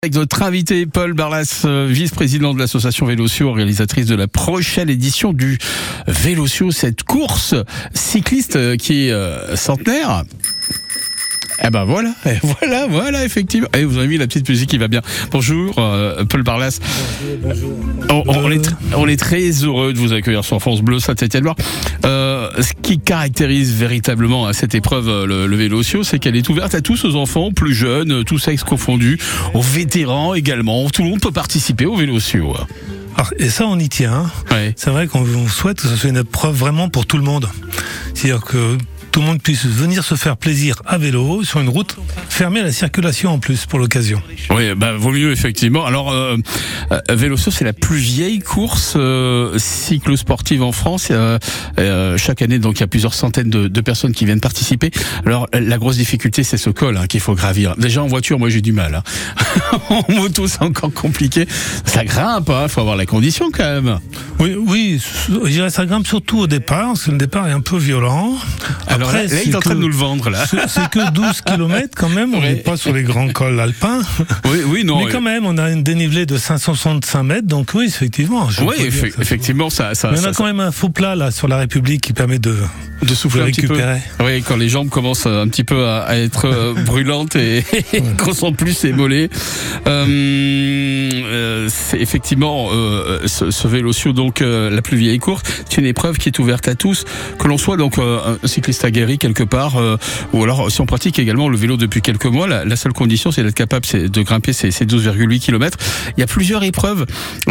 Avec notre invité Paul Barlas, vice-président de l'association Vélocieux, organisatrice de la prochaine édition du Vélocieux, cette course cycliste qui est centenaire. Eh ben voilà, effectivement. Et vous avez mis la petite musique qui va bien. Bonjour, Paul Barlas. Bonjour. On est très heureux de vous accueillir sur France Bleu Saint-Étienne-Loire. Ce qui caractérise véritablement cette épreuve, le Vélocieux, c'est qu'elle est ouverte à tous, aux enfants, plus jeunes, tous sexes confondus, aux vétérans également. Tout le monde peut participer au Vélocieux. Et ça, on y tient. Ouais. C'est vrai qu'on souhaite que ce soit une épreuve vraiment pour tout le monde. C'est-à-dire que tout le monde puisse venir se faire plaisir à vélo sur une route fermée à la circulation en plus pour l'occasion. Oui, vaut mieux effectivement. Alors, Vélocieux, c'est la plus vieille course cyclo-sportive en France. Chaque année, donc, il y a plusieurs centaines de personnes qui viennent participer. Alors, la grosse difficulté, c'est ce col qu'il faut gravir. Déjà en voiture, moi, j'ai du mal. En moto, c'est encore compliqué. Ça grimpe, faut avoir la condition quand même. Oui, je dirais ça grimpe surtout au départ, parce que le départ est un peu violent. Alors après, là, il est en train de nous le vendre, là. C'est que 12 km quand même, on n'est pas sur les grands cols alpins. Oui, non. Mais quand même, on a une dénivelée de 565 mètres, donc oui, effectivement. Oui, effectivement, ça. Mais on a quand même un faux plat, là, sur la République qui permet de souffler un petit peu. Oui, quand les jambes commencent un petit peu à être brûlantes et qu'on sent plus ses mollets. C'est effectivement ce Vélocieux, donc la plus vieille course, c'est une épreuve qui est ouverte à tous, que l'on soit donc un cycliste aguerri quelque part, ou alors si on pratique également le vélo depuis quelques mois, la seule condition c'est d'être capable de grimper ces 12,8 km. Il y a plusieurs épreuves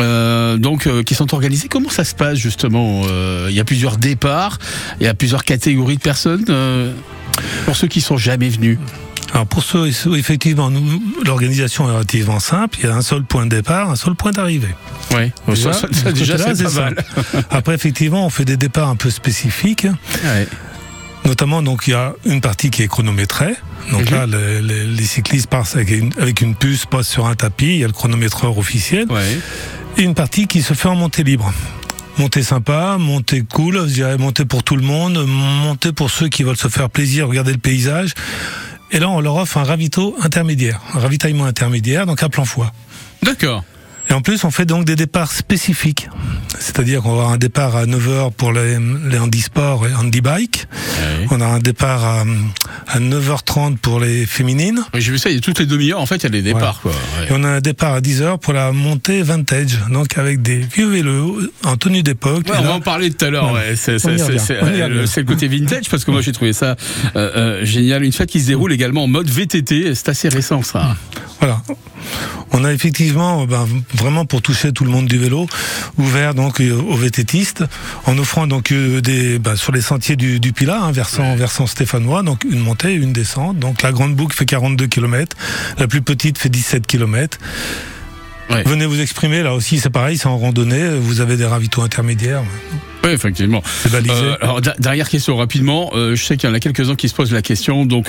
qui sont organisées. Comment ça se passe justement? Il y a plusieurs départs, il y a plusieurs catégories de personnes, pour ceux qui sont jamais venus. Alors pour ceux, effectivement, l'organisation est relativement simple. Il y a un seul point de départ, un seul point d'arrivée. Oui, déjà c'est pas mal. Après, effectivement, on fait des départs un peu spécifiques. Ouais. Notamment, donc, il y a une partie qui est chronométrée. Donc là, les cyclistes passent avec une puce, passent sur un tapis. Il y a le chronométreur officiel. Ouais. Et une partie qui se fait en montée libre. Montée sympa, montée cool, je dirais montée pour tout le monde, montée pour ceux qui veulent se faire plaisir, regarder le paysage. Et là, on leur offre un ravitaillement intermédiaire, donc à plan foie. D'accord. Et en plus, on fait donc des départs spécifiques. C'est-à-dire qu'on va avoir un départ à 9h pour les handisports et handibike. Oui. On a un départ à 9h30 pour les féminines. Oui, j'ai vu ça, il y a toutes les demi-heures, en fait, il y a des départs. Voilà. Quoi. Ouais. Et on a un départ à 10h pour la montée vintage, donc avec des vieux vélos en tenue d'époque. Ouais, on va en parler tout à l'heure. Ouais. C'est le côté vintage, parce que moi j'ai trouvé ça génial. Une fête qui se déroule également en mode VTT, c'est assez récent ça. Voilà. On a effectivement, vraiment pour toucher tout le monde du vélo, ouvert donc aux VTTistes, en offrant donc sur les sentiers du Pilat, versant stéphanois, donc une montée, une descente. Donc la grande boucle fait 42 km, la plus petite fait 17 km. Ouais. Venez vous exprimer, là aussi c'est pareil, c'est en randonnée, vous avez des ravitaux intermédiaires. Oui, effectivement. C'est balisé. Alors, dernière question rapidement. Je sais qu'il y en a quelques-uns qui se posent la question, donc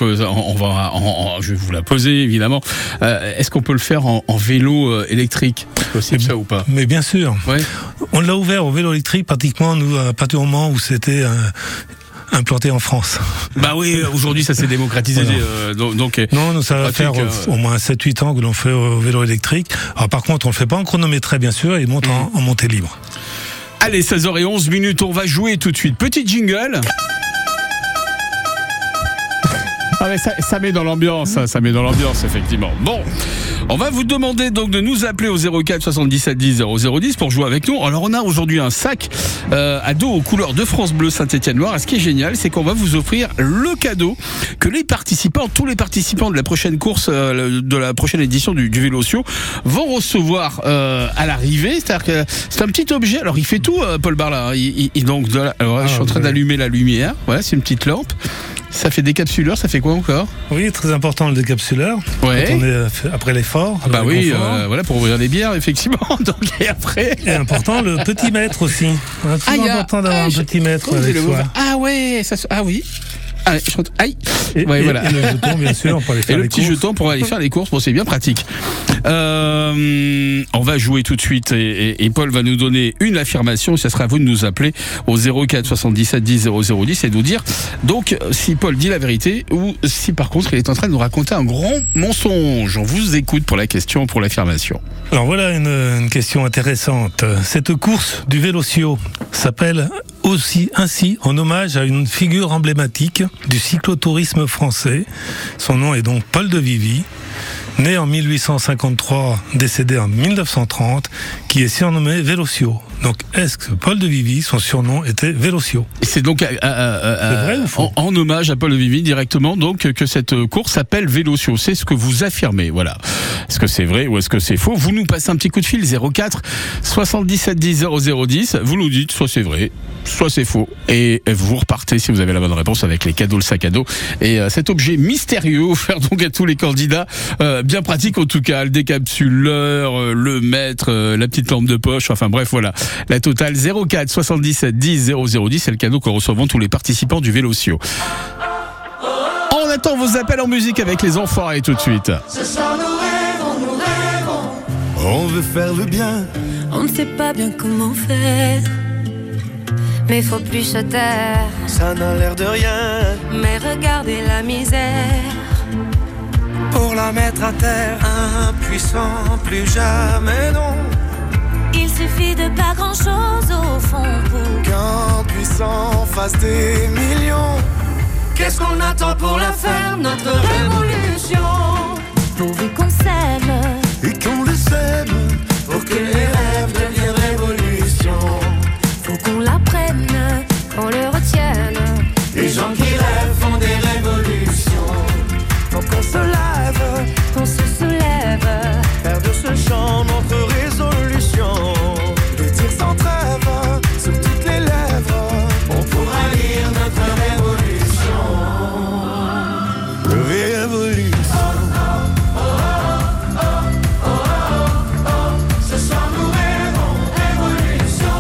je vais vous la poser évidemment. Est-ce qu'on peut le faire en vélo électrique? C'est possible ça ou pas? Mais bien sûr. Ouais. On l'a ouvert au vélo électrique pratiquement nous à partir du moment où c'était implanté en France. Bah oui, aujourd'hui ça s'est démocratisé. Voilà. Non, ça va faire au moins 7-8 ans que l'on fait au vélo électrique. Alors par contre, on le fait pas en chronométré bien sûr, il monte en montée libre. Allez, 16h11, on va jouer tout de suite. Petit jingle. Ah mais ça met dans l'ambiance, effectivement. Bon, on va vous demander donc de nous appeler au 04 77 10 0010 pour jouer avec nous. Alors on a aujourd'hui un sac à dos aux couleurs de France Bleu Saint-Étienne-Loire. Et ce qui est génial, c'est qu'on va vous offrir le cadeau que tous les participants de la prochaine course, de la prochaine édition du Vélocieux vont recevoir à l'arrivée. C'est-à-dire que c'est un petit objet. Alors il fait tout, Paul Barlas. Je suis en train d'allumer la lumière. Voilà, c'est une petite lampe. Ça fait décapsuleur, ça fait quoi encore? Oui, très important le décapsuleur. Ouais. Quand on est après l'effort. Bah oui, voilà, pour ouvrir les bières, effectivement. Donc, et après. Et important le petit mètre aussi. C'est important d'avoir un petit mètre avec soi. Ah ouais, ah oui. Et le jeton, bien sûr, pour aller faire les courses. Et le petit jeton pour aller faire les courses, bon, c'est bien pratique. On va jouer tout de suite et Paul va nous donner une affirmation. Ça sera à vous de nous appeler au 04 77 10 00 10 et de nous dire donc si Paul dit la vérité ou si par contre il est en train de nous raconter un grand mensonge. On vous écoute pour la question, pour l'affirmation. Alors voilà une question intéressante. Cette course du Vélocio s'appelle ainsi en hommage à une figure emblématique du cyclotourisme français. Son nom est donc Paul de Vivie, né en 1853, décédé en 1930, qui est surnommé Vélocio. Donc, est-ce que Paul de Vivie, son surnom était Vélocio? C'est donc vrai ou faux? en hommage à Paul de Vivie directement, donc que cette course s'appelle Vélocio. C'est ce que vous affirmez, voilà. Est-ce que c'est vrai ou est-ce que c'est faux? Vous nous passez un petit coup de fil 04 77 10 00 10. Vous nous dites soit c'est vrai, soit c'est faux, et vous repartez si vous avez la bonne réponse avec les cadeaux, le sac à dos et cet objet mystérieux offert donc à tous les candidats, bien pratique en tout cas, le décapsuleur, le mètre, la petite lampe de poche, enfin bref voilà. La totale 04 77 10 00 10, c'est le cadeau que recevront tous les participants du Vélocio. On attend vos appels en musique avec les Enfoirés tout de suite. Ce soir nous rêvons, on veut faire le bien. On ne sait pas bien comment faire, mais faut plus se taire. Ça n'a l'air de rien, Mais regardez la misère. pour la mettre à terre. Impuissant, plus jamais non. Il suffit de pas grand chose au fond pour Qu'un puissant fasse des millions. Qu'est-ce qu'on attend pour la faire, notre révolution? pourvu qu'on s'aime. Et qu'on le sème, pour que les rêves deviennent révolution. Faut qu'on l'apprenne, qu'on le retienne. Les gens qui rêvent font des révolutions. Faut qu'on se lève, Qu'on se soulève. faire de ce chant notre résolution. Le dire sans trêve, sur toutes les lèvres, on pourra lire notre révolution. Révolution. Ce soir nous rêvons, révolution.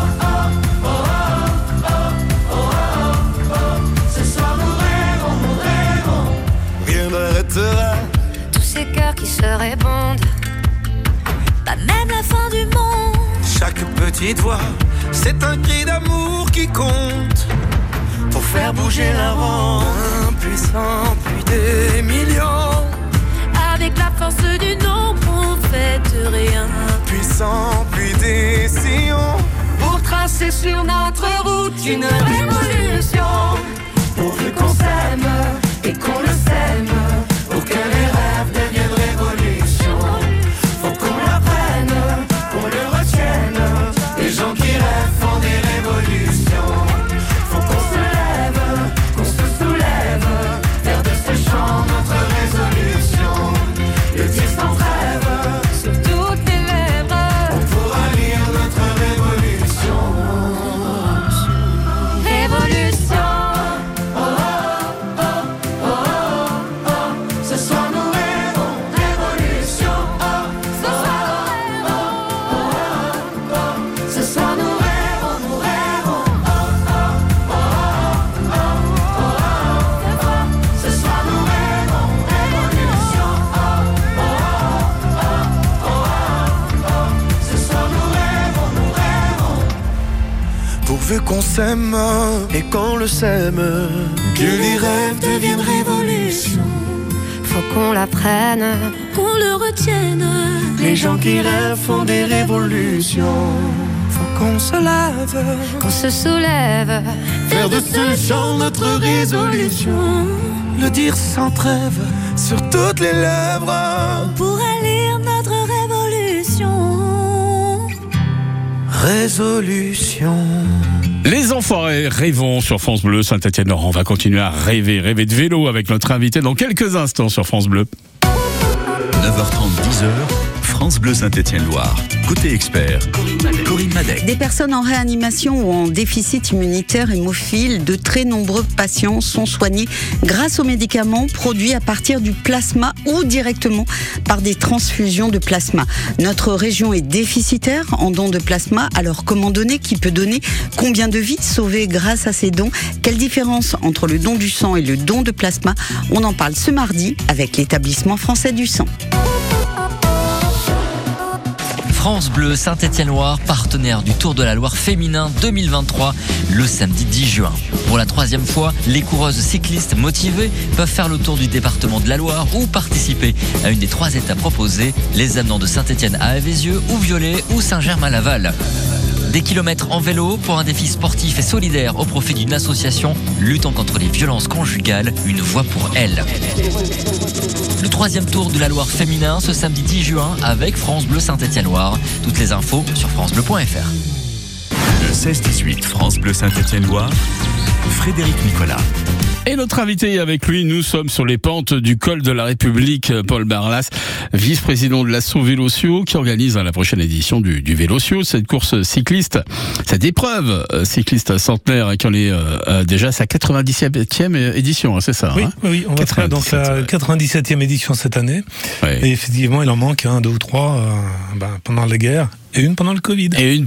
Ce soir nous rêvons. Rien n'arrêtera. Tous ces cœurs qui se répondent, pas même la fin du monde. Chaque petite voix, c'est un cri d'amour qui compte. Pour faire bouger la ronde, impuissant, plus des millions. Avec la force du nombre, on fait rien. Puissant, puis des sillons. Pour tracer sur notre route une révolution. Pourvu qu'on s'aime et qu'on le sème, pour que les rêves deviennent révolution. Faut qu'on l'apprenne, qu'on le retienne. Les gens qui rêvent font des révolutions. Faut qu'on se lève, qu'on se soulève, faire de ce chant notre résolution. Le dire sans trêve, Sur toutes les lèvres, on pourra lire notre révolution. révolution. Ce soir nous rêvons, révolution. Ce soir nous rêvons, nous rêvons. Ce soir nous rêvons, révolution. Ce soir nous rêvons. Pourvu qu'on s'aime et qu'on le sème, que les rêves deviennent révolution. Faut qu'on l'apprenne, qu'on le retienne. Les gens qui rêvent font des révolutions. Faut qu'on se lève, Qu'on se soulève, faire de ce chant notre résolution. Le dire sans trêve, sur toutes les lèvres. pour lire notre révolution. Résolution. Les Enfoirés, rêvons sur France Bleu Saint-Étienne-Laurent. On va continuer à rêver de vélo avec notre invité dans quelques instants sur France Bleu. 9h30, 10h, France Bleu Saint-Étienne-Loire. Côté expert, Corinne Madec. Des personnes en réanimation ou en déficit immunitaire hémophile, de très nombreux patients sont soignés grâce aux médicaments produits à partir du plasma ou directement par des transfusions de plasma. Notre région est déficitaire en dons de plasma, alors comment donner? Qui peut donner? Combien de vies sauvées grâce à ces dons? Quelle différence entre le don du sang et le don de plasma? On en parle ce mardi avec l'établissement français du sang. France Bleu Saint-Étienne-Loire, partenaire du Tour de la Loire féminin 2023, le samedi 10 juin. Pour la 3e fois, les coureuses cyclistes motivées peuvent faire le tour du département de la Loire ou participer à une des 3 étapes proposées, les amenant de Saint-Étienne à Avézieux ou Viollet ou Saint-Germain-Laval. Des kilomètres en vélo pour un défi sportif et solidaire au profit d'une association luttant contre les violences conjugales, une voix pour elles. Le 3e Tour de la Loire féminin ce samedi 10 juin avec France Bleu Saint-Étienne-Loire. Toutes les infos sur francebleu.fr. Le 16-18 France Bleu Saint-Étienne-Loire, Frédéric Nicolas. Et notre invité avec lui, nous sommes sur les pentes du col de la République, Paul Barlas, vice-président de l'asso Vélociaux, qui organise la prochaine édition du Vélociaux, cette course cycliste, cette épreuve cycliste centenaire qui en est déjà sa 97e édition, c'est ça? Oui, on va faire donc la 97e édition cette année. Ouais. Et effectivement, il en manque 2 ou 3 pendant la guerre. Et une pendant le Covid.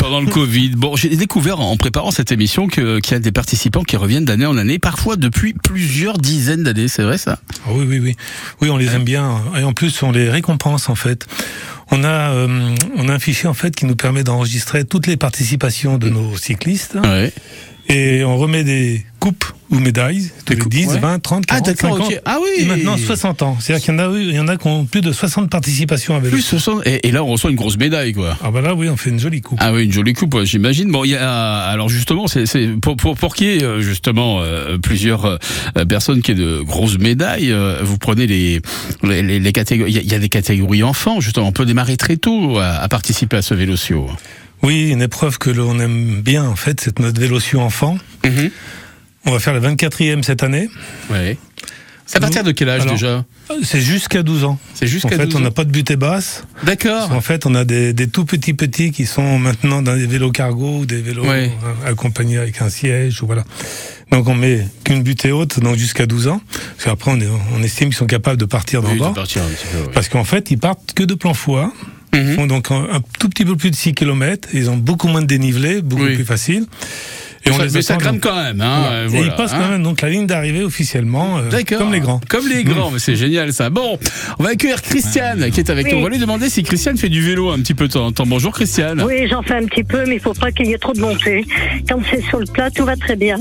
Bon, j'ai découvert en préparant cette émission qu'il y a des participants qui reviennent d'année en année, parfois depuis plusieurs dizaines d'années, c'est vrai ça? Oui, on les aime bien. Et en plus, on les récompense en fait. On a un fichier en fait qui nous permet d'enregistrer toutes les participations de nos cyclistes. Ouais. Et on remet des coupes ou médailles tous les 10, 20, 30, 40, 50. Okay. Ah oui. Et maintenant 60 ans. C'est-à-dire qu'il y en a qui ont plus de 60 participations avec. Plus 60. Et là, on reçoit une grosse médaille, quoi. Ah bah là, oui, on fait une jolie coupe. Ah oui, une jolie coupe, j'imagine. Bon, il y a alors justement, c'est pour qu'il y ait justement plusieurs personnes qui aient de grosses médailles. Vous prenez les catégories. Il y a des catégories enfants. Justement, on peut démarrer très tôt à participer à ce Vélociaux. Oui, une épreuve que l'on aime bien, en fait, c'est notre Vélociaux enfant. Mm-hmm. On va faire la 24e cette année. Oui. C'est à partir de quel âge déjà? C'est jusqu'à 12 ans. C'est jusqu'à 12 ans. En fait, on n'a pas de butée basse. D'accord. En fait, on a des tout petits qui sont maintenant dans des vélos cargo ou des vélos accompagnés avec un siège. Ou voilà. Donc, on met qu'une butée haute, donc jusqu'à 12 ans. Parce qu'après, on estime qu'ils sont capables de partir d'en bas. Parce qu'en fait, ils partent que de plan fouet. Ils font donc un tout petit peu plus de 6 km. Ils ont beaucoup moins de dénivelé, beaucoup plus facile. Et mais ça grimpe quand même. Hein, voilà. Et ils passent quand même donc la ligne d'arrivée officiellement, comme les grands. Comme les grands, mais c'est génial ça. Bon, on va accueillir Christiane qui est avec nous. On va lui demander si Christiane fait du vélo un petit peu de temps en temps. Bonjour Christiane. Oui, j'en fais un petit peu, mais il ne faut pas qu'il y ait trop de montée. Quand c'est sur le plat, tout va très bien.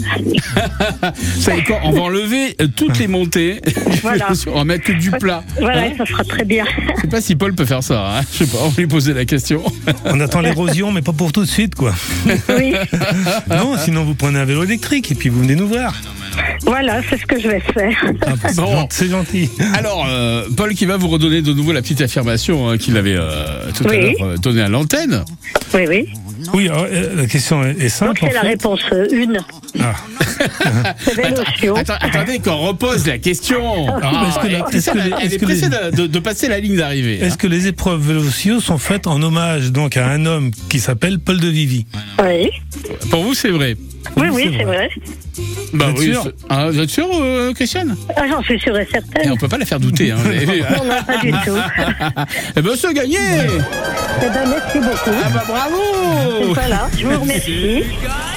Ça y est, on va enlever toutes les montées. Voilà. On va mettre que du plat. Voilà, ça sera très bien. Je ne sais pas si Paul peut faire ça. Je sais pas, on va lui poser la question. On attend l'érosion, mais pas pour tout de suite, quoi. Oui. Non, sinon vous prenez un vélo électrique et puis vous venez nous voir. Voilà, c'est ce que je vais faire. Bon. C'est gentil. Alors, Paul qui va vous redonner de nouveau la petite affirmation qu'il avait tout à l'heure donnée à l'antenne. Oui. Oui, alors, la question est simple. Donc c'est la réponse 1. Ah. C'est Vélociaux. Attendez qu'on repose la question. Elle est pressée de passer la ligne d'arrivée. Est-ce que les épreuves Vélociaux sont faites en hommage donc à un homme qui s'appelle Paul de Vivie? Oui. Pour vous, c'est vrai? Oui, c'est vrai. Bah oui. Vous êtes sûr, Christiane? Ah, j'en suis sûre et certaine. Et on peut pas la faire douter. Hein, non, pas du tout. Eh ben, c'est gagné. Eh ben, merci beaucoup. Ah bah bravo. Voilà, je vous remercie.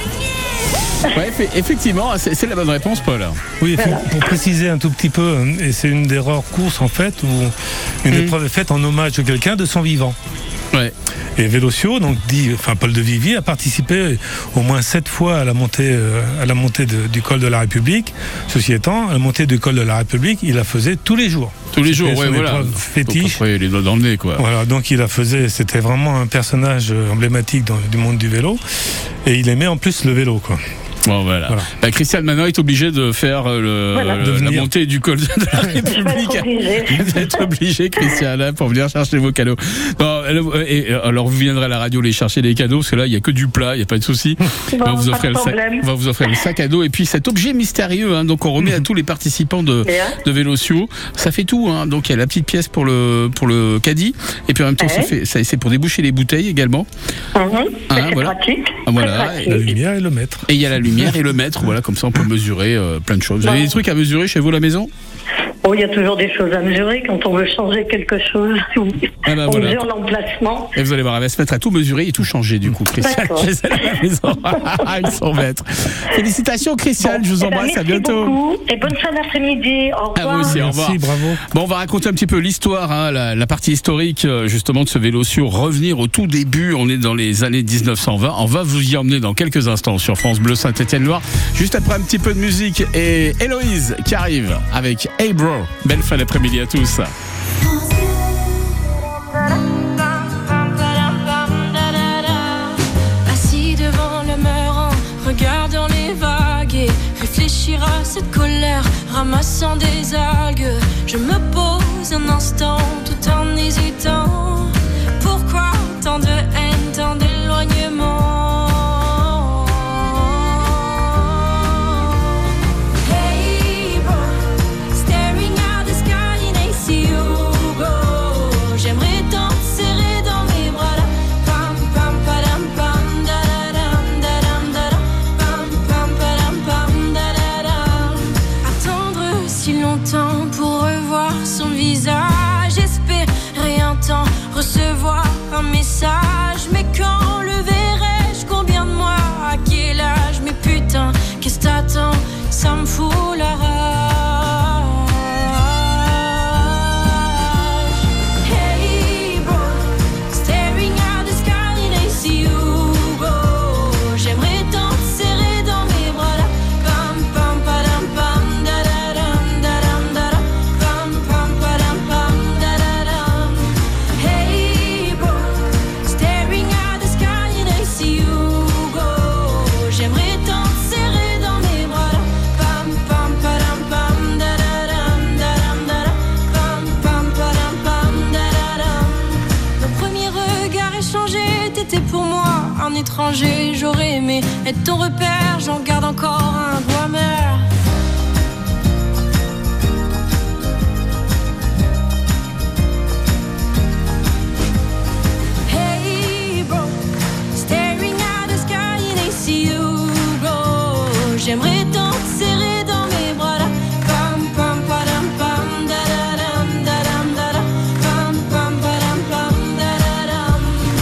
Ouais, effectivement, c'est la bonne réponse, Paul. Oui, pour préciser un tout petit peu, et c'est une des rares courses en fait où une épreuve est faite en hommage à quelqu'un de son vivant. Ouais. Et Vélociaux, donc Paul de Vivie a participé au moins 7 fois à la montée du col de la République. Ceci étant, à la montée du col de la République, il la faisait tous les jours. Tous les jours, ouais, voilà. Fétiche. Après, les doigts dans le nez, quoi. Voilà, donc il la faisait. C'était vraiment un personnage emblématique du monde du vélo, et il aimait en plus le vélo, quoi. Bon, voilà. Bah, Christiane maintenant est obligée de faire la montée du col de la République. Vous êtes obligée, Christiane, pour venir chercher vos cadeaux. Bon, alors vous viendrez à la radio les chercher les cadeaux, parce que là il n'y a que du plat, il n'y a pas de souci. On va vous offrir le sac à dos et puis cet objet mystérieux. Hein, donc on remet à tous les participants de Vélociaux. Ça fait tout. Hein, donc il y a la petite pièce pour le caddie et puis en même temps c'est pour déboucher les bouteilles également. C'est pratique. Voilà. La lumière et le mètre. Et il y a la lumière et le mètre, voilà, comme ça on peut mesurer plein de choses. Vous avez des trucs à mesurer chez vous à la maison? Oh, il y a toujours des choses à mesurer quand on veut changer quelque chose. Ah bah On voilà. mesure l'emplacement. Et vous allez voir, elle va se mettre à tout mesurer et tout changer du coup, Christiane. D'accord. Chez elle à la maison. Ils sont maîtres. Félicitations, Christiane, je vous embrasse, à bientôt. Merci beaucoup et bonne fin d'après-midi. Au À revoir. vous aussi, au revoir. Merci, bravo. Bon, on va raconter un petit peu l'histoire, hein, la partie historique justement de ce Vélocio. Revenir au tout début, on est dans les années 1920. On va vous y emmener dans quelques instants sur France Bleu Saint-Étienne-Loire. Juste après un petit peu de musique et Héloïse qui arrive avec Hey Bro. Belle fin d'après-midi à tous. Assis devant le mur en regardant les vagues et réfléchir à cette colère, ramassant des algues. Je me pose un instant tout en hésitant. Pourquoi tant de haine, tant d'éloignement? Hey bro, staring at the sky and I see you go. J'aimerais tant te serrer dans mes bras là. Pam pam padam pam da da dam da dam da dam. Pam pam padam pam da da dam. Attendre si longtemps pour revoir son visage, espérer un temps, recevoir un message. Mais quand le verrai-je? Combien de mois? À quel âge? Mais putain, qu'est-ce t'attends? Ça me fout la rage. Hey bro, staring at the sky and I see you go. J'aimerais tant te serrer dans mes bras là. Pam pam padam pam da da dam da dam da dam. Pam pam padam pam da da dam. Hey bro, staring at the sky and I see you go. J'aimerais tant te serrer dans mes bras là. Pam pam padam pam da da dam da dam da dam. Pam pam padam pam da da dam. Nos premiers regards échangés, t'étais pour moi un étranger. J'aurais aimé être ton repère, j'en garde encore un goût amer. Hey bro, staring at the sky and I see you go. J'aimerais tant te serrer dans mes bras là. Pam pam padam pam da da dam da dam da dam. Pam pam padam pam da da dam.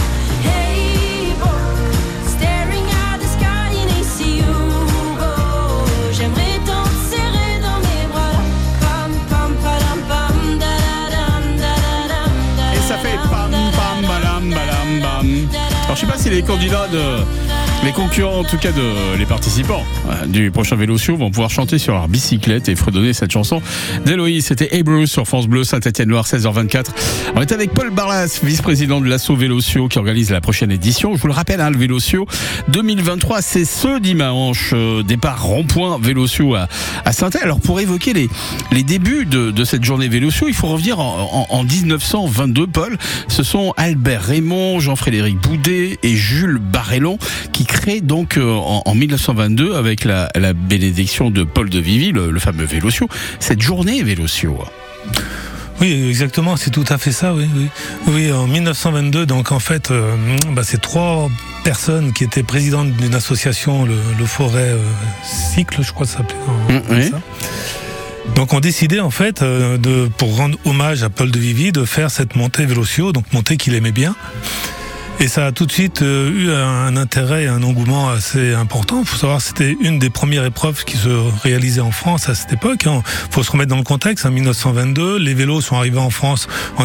Hey bro, staring at the sky and I see you go. J'aimerais tant te serrer dans mes bras là. Pam pam padam pam da da dam da da dam da. Et ça fait pam pam balam balam bam. Alors je sais pas si les candidats les concurrents, en tout cas les participants du prochain Vélocio vont pouvoir chanter sur leur bicyclette et fredonner cette chanson d'Héloïse. C'était Hey Bro sur France Bleu Saint-Étienne-Loire, 16h24. On est avec Paul Barlas, vice-président de l'asso Vélocio qui organise la prochaine édition. Je vous le rappelle, le Vélocio 2023, c'est ce dimanche, départ rond-point Vélocio à Saint-Étienne. Alors pour évoquer les débuts de cette journée Vélocio, il faut revenir en 1922, Paul. Ce sont Albert Raymond, Jean-Frédéric Boudet et Jules Barrellon qui créent donc en 1922 avec la bénédiction de Paul de Vivie, le fameux Vélocio, cette journée Vélocio. Oui, exactement, c'est tout à fait ça, oui. Oui, en 1922, donc en fait, c'est 3 personnes qui étaient présidentes d'une association, le Forêt Cycle, je crois que ça s'appelait. Oui. Ça. Donc on décidait en fait, pour rendre hommage à Paul de Vivie, de faire cette montée Vélocio, donc montée qu'il aimait bien. Et ça a tout de suite eu un intérêt et un engouement assez important. Il faut savoir que c'était une des premières épreuves qui se réalisaient en France à cette époque. Il faut se remettre dans le contexte. En 1922, les vélos sont arrivés en France en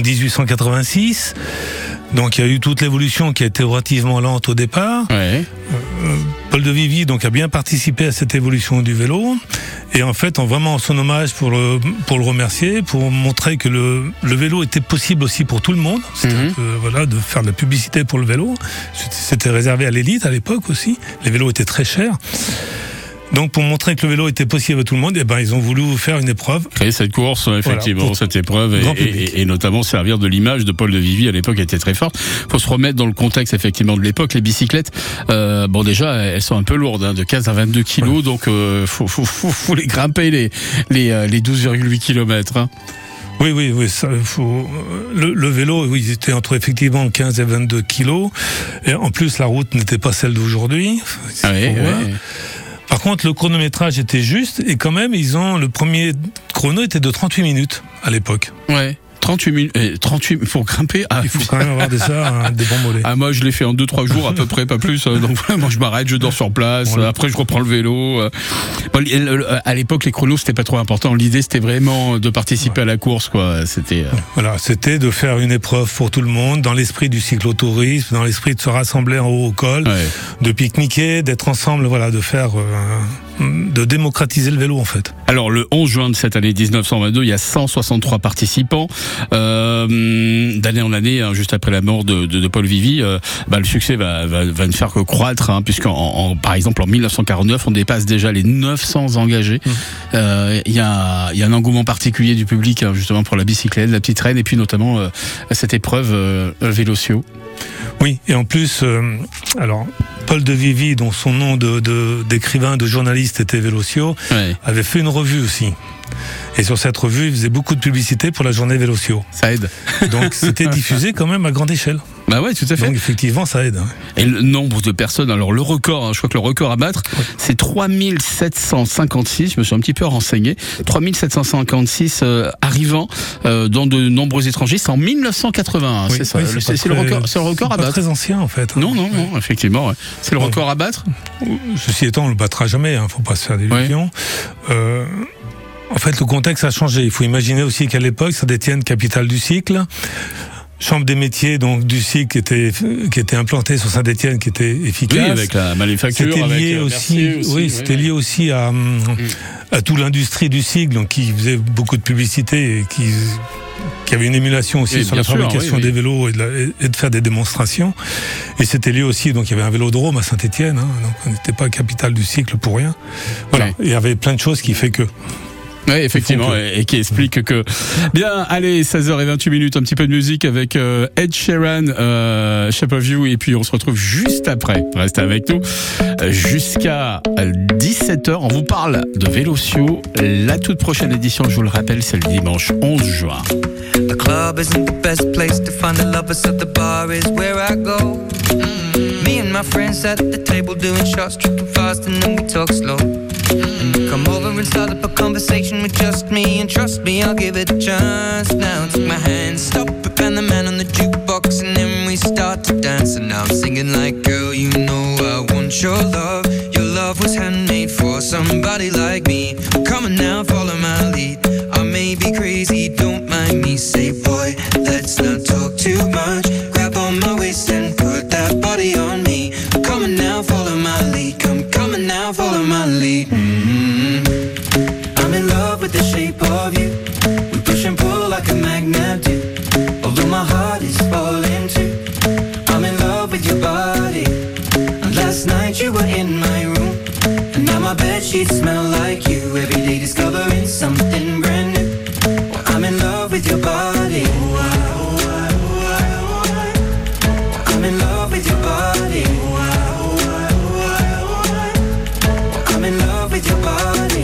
1886. Donc il y a eu toute l'évolution qui a été relativement lente au départ. Ouais. Paul de Vivie donc a bien participé à cette évolution du vélo. Et en fait, vraiment en son hommage pour le remercier, pour montrer que le vélo était possible aussi pour tout le monde. C'était de faire de la publicité pour le vélo. C'était réservé à l'élite à l'époque aussi. Les vélos étaient très chers. Donc pour montrer que le vélo était possible à tout le monde, ils ont voulu faire une épreuve. Créer cette course, effectivement, voilà, cette épreuve, et notamment servir de l'image de Paul de Vivie à l'époque était très forte. Faut se remettre dans le contexte effectivement de l'époque. Les bicyclettes, déjà elles sont un peu lourdes, de 15 à 22 kilos, ouais. Donc faut les grimper les 12,8 kilomètres. Oui, ça, le vélo, oui, c'était entre effectivement 15 et 22 kilos. Et en plus, la route n'était pas celle d'aujourd'hui. Par contre, le chronométrage était juste et quand même, le premier chrono était de 38 minutes à l'époque. Ouais. 38 minutes, 38 pour grimper. Il faut quand même avoir des bons mollets. Ah, moi, je l'ai fait en 2-3 jours à peu près, pas plus. Donc, moi, je m'arrête, je dors sur place. Voilà. Après, je reprends le vélo. À l'époque, les chronos, c'était pas trop important. L'idée, c'était vraiment de participer à la course, quoi. C'était. Voilà, c'était de faire une épreuve pour tout le monde, dans l'esprit du cyclotourisme, dans l'esprit de se rassembler en haut au col, de pique-niquer, d'être ensemble, voilà, de démocratiser le vélo, en fait. Alors, le 11 juin de cette année 1922, il y a 163 participants. D'année en année, juste après la mort de Paul Vivy, le succès va ne faire que croître, puisqu'en par exemple en 1949, on dépasse déjà les 900 engagés. Il y a un engouement particulier du public, justement pour la bicyclette, la petite reine, et puis notamment cette épreuve Vélocio. Oui, et en plus, Paul de Vivy, dont son nom d'écrivain, de journaliste était Vélocio, avait fait une revue aussi. Et sur cette revue, il faisait beaucoup de publicité pour la journée Vélocio. Ça aide. Donc c'était diffusé quand même à grande échelle. Bah ouais, tout à fait. Donc effectivement, ça aide. Et le nombre de personnes, alors le record, je crois que le record à battre, c'est 3756, je me suis un petit peu renseigné, 3756 arrivants dans de nombreux étrangers, c'est en 1981, c'est ça. C'est le record à battre. Très ancien en fait. Non, effectivement, ouais. C'est le record à battre. Ceci étant, on le battra jamais, faut pas se faire d'illusions. En fait, le contexte a changé. Il faut imaginer aussi qu'à l'époque, Saint-Étienne, capitale du cycle, chambre des métiers donc du cycle qui était implantée sur Saint-Étienne, qui était efficace. Oui, avec la manufacture. C'était lié c'était lié aussi à toute l'industrie du cycle, donc qui faisait beaucoup de publicité et qui avait une émulation aussi sur la fabrication des vélos et de faire des démonstrations. Et c'était lié aussi, donc il y avait un vélodrome à Saint-Étienne, donc on n'était pas capitale du cycle pour rien. Voilà, il y avait plein de choses qui fait que. Oui, effectivement, et qui explique que... Bien, allez, 16h28, un petit peu de musique avec Ed Sheeran, Shape of You, et puis on se retrouve juste après. Restez avec nous jusqu'à 17h. On vous parle de Vélocio. La toute prochaine édition, je vous le rappelle, c'est le dimanche 11 juin. The club isn't the best place to find the lovers, so the bar is where I go. Me and my friends at the table doing shots, tripping fast, and then we talk slow. Come over and start up a conversation with just me, and trust me, I'll give it a chance. Now take my hand, stop it, and the man on the jukebox, and then we start to dance. And now I'm singing like, girl, you know I want your love. Your love was handmade for somebody like me. Come on now, follow my lead. I may be crazy, don't mind me. Say, boy, let's not talk too much. Grab on my waist and put that body on me. Come on now, follow my lead. Come on now, follow my lead. I'm in love with the shape of you. We push and pull like a magnet do. Although my heart is falling too. I'm in love with your body. And last night you were in my room, and now my bedsheets smell like you. Every day discovering something brand new. Well, I'm in love with your body. I'm in love with your body. I'm in love with your body.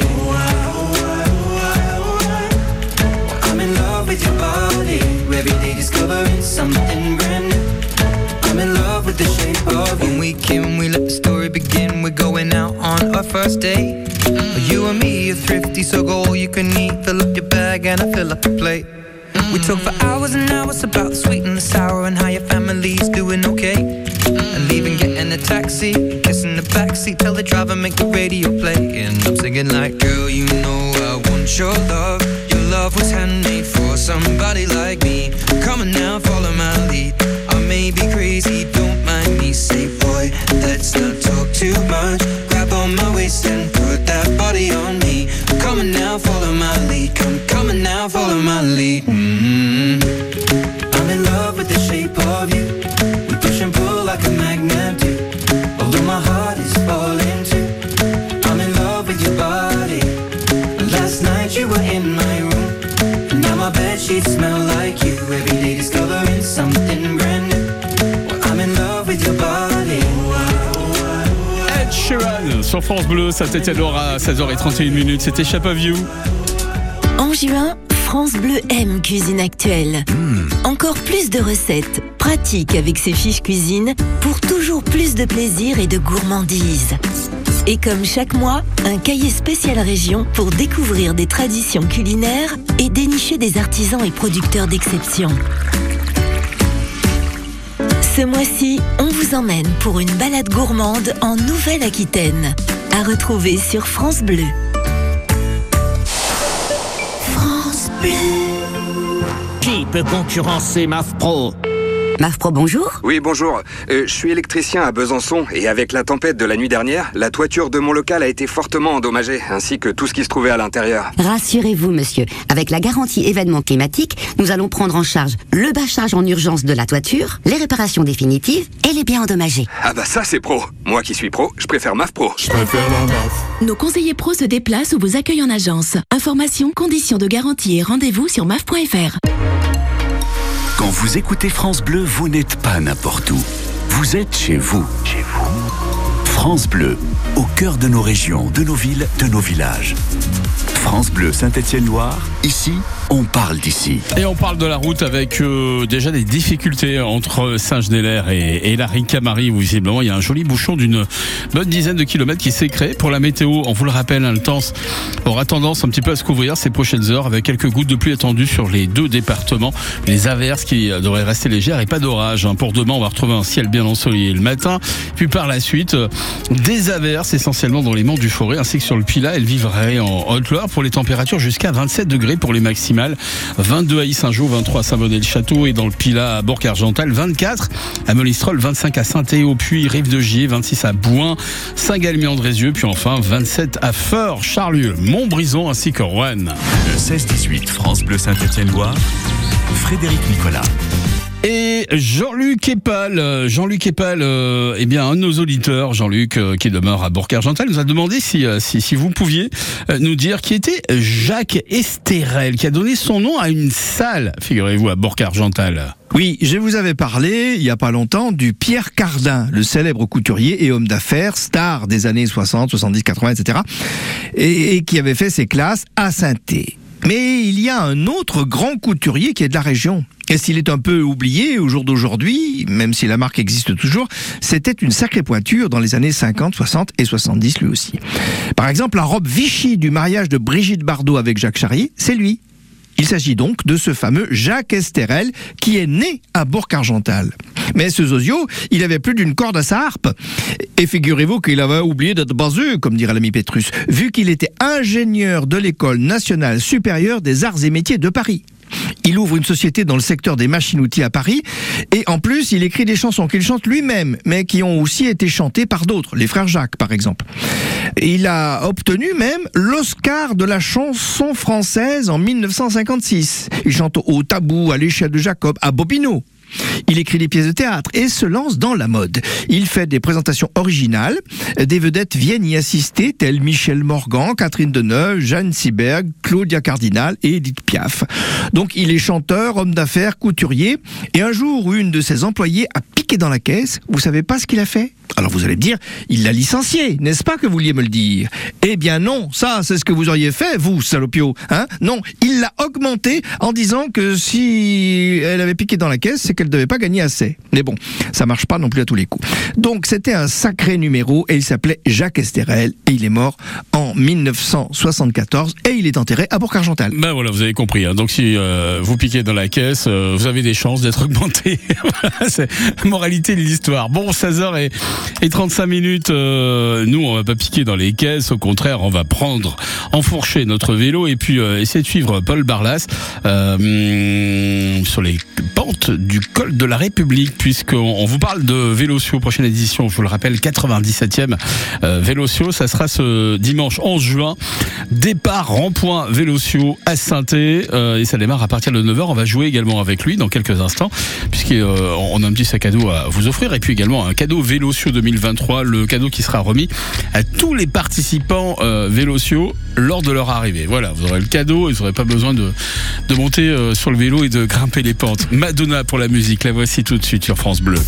I'm in love with your body. Every day discovering something brand new. I'm in love with the shape of you. When we came, we let the story begin. We're going out on our first date. You and me are thrifty, so go all you can eat. Fill up your bag and I fill up the plate. We talk for hours and hours about the sweet and the sour, and how your family's doing okay. And leaving, getting a taxi, kissing the backseat, tell the driver make the radio play. And I'm singing like, girl, you know I want your love. Your love was handmade for somebody like me. Come on now, follow my lead. I may be crazy, don't mind me. Say, boy, let's not talk too much. Grab on my waist and put that body on me. Come on now, follow my lead. Come on now, follow my lead. I'm in love with the shape of you. We push and pull like a magnet do. Although my heart is falling too. I'm in love with your body. Last night you were in my room, and now my bedsheets smell like you. Every day discovering something brand new. Well, I'm in love with your body. Ed Sheeran sur France Bleu, Saint-Étienne à 16h31. C'était Shape of You. En juin, France Bleu aime Cuisine Actuelle. Encore plus de recettes pratiques avec ses fiches cuisine pour toujours plus de plaisir et de gourmandise. Et comme chaque mois, un cahier spécial région pour découvrir des traditions culinaires et dénicher des artisans et producteurs d'exception. Ce mois-ci, on vous emmène pour une balade gourmande en Nouvelle-Aquitaine. À retrouver sur France Bleu. France Bleu. Qui peut concurrencer MAF Pro? MAF Pro, bonjour. Oui, bonjour. Je suis électricien à Besançon et avec la tempête de la nuit dernière, la toiture de mon local a été fortement endommagée, ainsi que tout ce qui se trouvait à l'intérieur. Rassurez-vous, monsieur. Avec la garantie événement climatique, nous allons prendre en charge le bâchage en urgence de la toiture, les réparations définitives et les biens endommagés. Ah bah ça c'est pro. Moi qui suis pro, je préfère MAF Pro. Je préfère la MAF. Nos conseillers pro se déplacent ou vous accueillent en agence. Informations, conditions de garantie et rendez-vous sur maf.fr. Quand vous écoutez France Bleu, vous n'êtes pas n'importe où. Vous êtes chez vous. Chez vous. France Bleu, au cœur de nos régions, de nos villes, de nos villages. France Bleu Saint-Étienne-Loire, ici, on parle d'ici. Et on parle de la route avec déjà des difficultés entre Saint-Genélaire et la Ricamarie, où visiblement il y a un joli bouchon d'une bonne dizaine de kilomètres qui s'est créé. Pour la météo, on vous le rappelle, le temps aura tendance un petit peu à se couvrir ces prochaines heures avec quelques gouttes de pluie attendues sur les deux départements. Les averses qui devraient rester légères et pas d'orage. Pour demain, on va retrouver un ciel bien ensoleillé le matin. Puis par la suite, des averses essentiellement dans les monts du Forêt ainsi que sur le Pilat. Elles vivraient en Haute-Loire pour les températures jusqu'à 27 degrés pour les maximales. 22 à Yssingeaux, 23 à Saint-Bonnet-le-Château et dans le Pilat à Bourg-Argental, 24 à Monistrol, 25 à Saint-Théo, puis Rive-de-Gier, 26 à Bouin, Saint-Galmian-Drézieux, puis enfin 27 à Feurs, Charlieu, Montbrison ainsi que Roanne. Le 16-18 France Bleu Saint-Étienne-Loire, Frédéric Nicolas. Et Jean-Luc Epal, eh bien un de nos auditeurs, Jean-Luc qui demeure à Bourg-Argental, nous a demandé si vous pouviez nous dire qui était Jacques Esterel, qui a donné son nom à une salle, figurez-vous, à Bourg-Argental. Oui, je vous avais parlé, il y a pas longtemps, du Pierre Cardin, le célèbre couturier et homme d'affaires, star des années 60, 70, 80, etc., et qui avait fait ses classes à Saint-Thé. Mais il y a un autre grand couturier qui est de la région. Et s'il est un peu oublié au jour d'aujourd'hui, même si la marque existe toujours, c'était une sacrée pointure dans les années 50, 60 et 70 lui aussi. Par exemple, la robe Vichy du mariage de Brigitte Bardot avec Jacques Charrier, c'est lui. Il s'agit donc de ce fameux Jacques Esterel qui est né à Bourg-Argental. Mais ce Zozio, il avait plus d'une corde à sa harpe. Et figurez-vous qu'il avait oublié d'être baseux, comme dirait l'ami Pétrus, vu qu'il était ingénieur de l'École nationale supérieure des arts et métiers de Paris. Il ouvre une société dans le secteur des machines-outils à Paris et en plus il écrit des chansons qu'il chante lui-même mais qui ont aussi été chantées par d'autres, les frères Jacques par exemple. Il a obtenu même l'Oscar de la chanson française en 1956. Il chante au Tabou, à l'Échelle de Jacob, à Bobino. Il écrit des pièces de théâtre et se lance dans la mode. Il fait des présentations originales. Des vedettes viennent y assister, telles Michel Morgan, Catherine Deneuve, Jeanne Seberg, Claudia Cardinal et Edith Piaf. Donc il est chanteur, homme d'affaires, couturier. Et un jour, une de ses employées a piqué dans la caisse. Vous savez pas ce qu'il a fait ? Alors vous allez me dire, il l'a licencié, n'est-ce pas que vous vouliez me le dire ? Eh bien non, ça c'est ce que vous auriez fait, vous, salopio. Non, il l'a augmenté en disant que si elle avait piqué dans la caisse, c'est qu'elle ne devait pas gagner assez. Mais bon, ça marche pas non plus à tous les coups. Donc c'était un sacré numéro et il s'appelait Jacques Esterel et il est mort en 1974 et il est enterré à Bourg-Argental. Ben voilà, vous avez compris. Donc si vous piquez dans la caisse, vous avez des chances d'être augmenté. C'est la moralité de l'histoire. Bon, 16h35, nous on va pas piquer dans les caisses, au contraire on va enfourcher notre vélo et puis essayer de suivre Paul Barlas sur les pentes du col de la République, puisqu'on vous parle de Véloccio, prochaine édition, je vous le rappelle, 97e Véloccio, ça sera ce dimanche 11 juin, départ rond-point Véloccio à Saint-Thé, et ça démarre à partir de 9h, on va jouer également avec lui dans quelques instants, puisqu'on a un petit sac à dos à vous offrir, et puis également un cadeau Véloccio 2023, le cadeau qui sera remis à tous les participants Véloccio lors de leur arrivée. Voilà, vous aurez le cadeau, vous n'aurez pas besoin de monter sur le vélo et de grimper les pentes. Madonna pour la musique, la voici tout de suite sur France Bleu.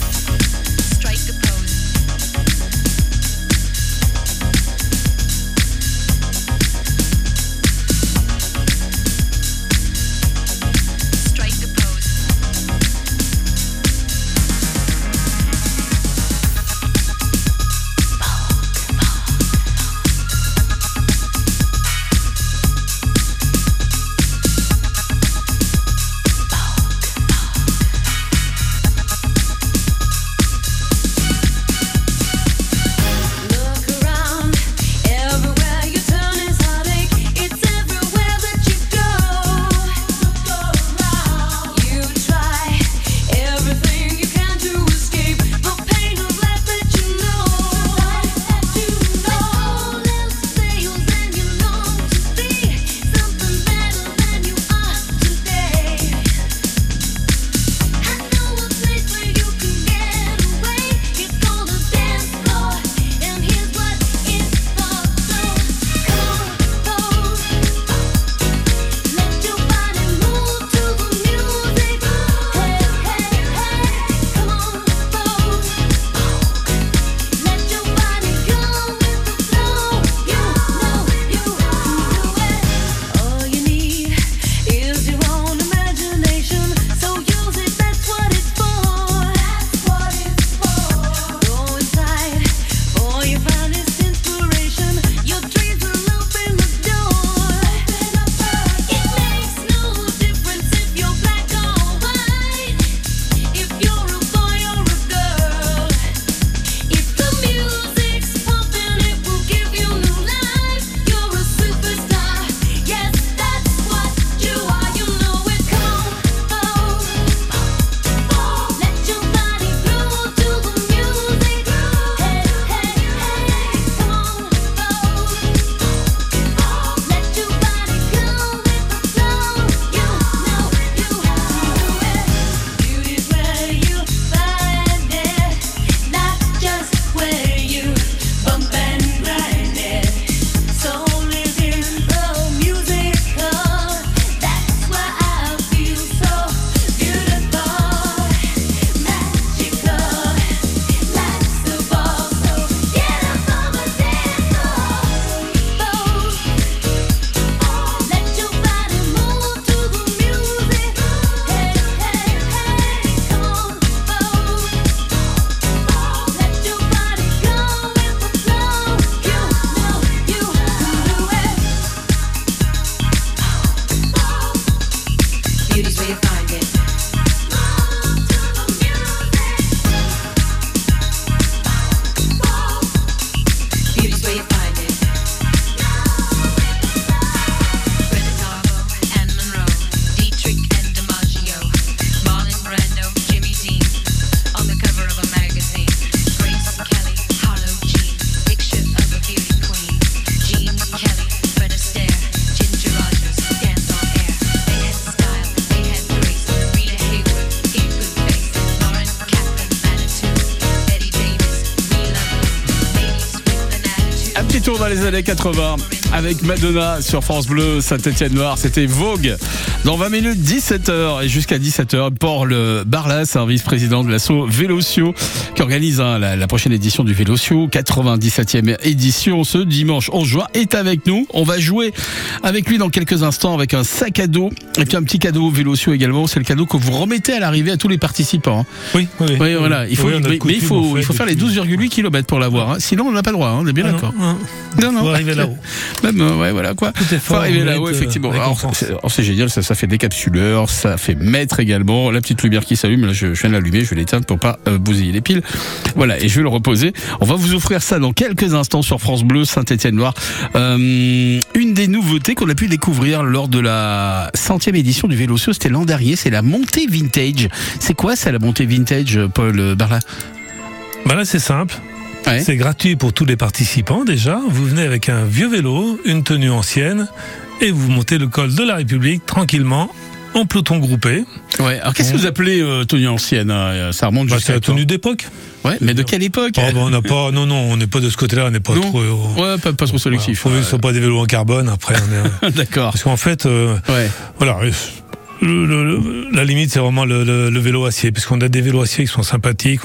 retour dans les années 80 avec Madonna sur France Bleu Saint-Étienne-Noir. C'était Vogue. Dans 20 minutes, 17h et jusqu'à 17h, Paul Barlas, un vice-président de l'asso Vélocio, qui organise la prochaine édition du Vélocio, 97e édition, ce dimanche 11 juin, est avec nous. On va jouer avec lui dans quelques instants avec un sac à dos et puis un petit cadeau Vélocio également. C'est le cadeau que vous remettez à l'arrivée à tous les participants. Oui. Voilà. Il faut faire les 12,8 km pour l'avoir. Sinon, on n'a pas le droit. On est bien d'accord. Non. Faut arriver là-haut. Même, voilà quoi. Tout est faut arriver là-haut, effectivement. Alors, c'est génial, ça fait décapsuleur, ça fait maître également. La petite lumière qui s'allume, là, je viens de l'allumer, je vais l'éteindre pour pas bousiller les piles. Voilà, et je vais le reposer. On va vous offrir ça dans quelques instants sur France Bleu Saint-Étienne-Noir. Une des nouveautés qu'on a pu découvrir lors de la 100e édition du Vélocio, c'était l'an dernier, c'est la montée vintage. C'est quoi ça, la montée vintage, Paul Barla? Là, c'est simple. Ouais. C'est gratuit pour tous les participants déjà. Vous venez avec un vieux vélo, une tenue ancienne, et vous montez le col de la République tranquillement, en peloton groupé. Ouais. Alors qu'est-ce que vous appelez tenue ancienne? Ça remonte jusqu'à c'est la tenue d'époque. Ouais, mais de quelle époque? On n'a pas, non, on n'est pas de ce côté-là, on n'est pas trop. Ouais, pas trop sélectif. Voilà. Ce ne sont pas des vélos en carbone. Après, on est. D'accord. Parce qu'en fait, voilà. La limite, c'est vraiment le vélo acier, puisqu'on a des vélos acier qui sont sympathiques.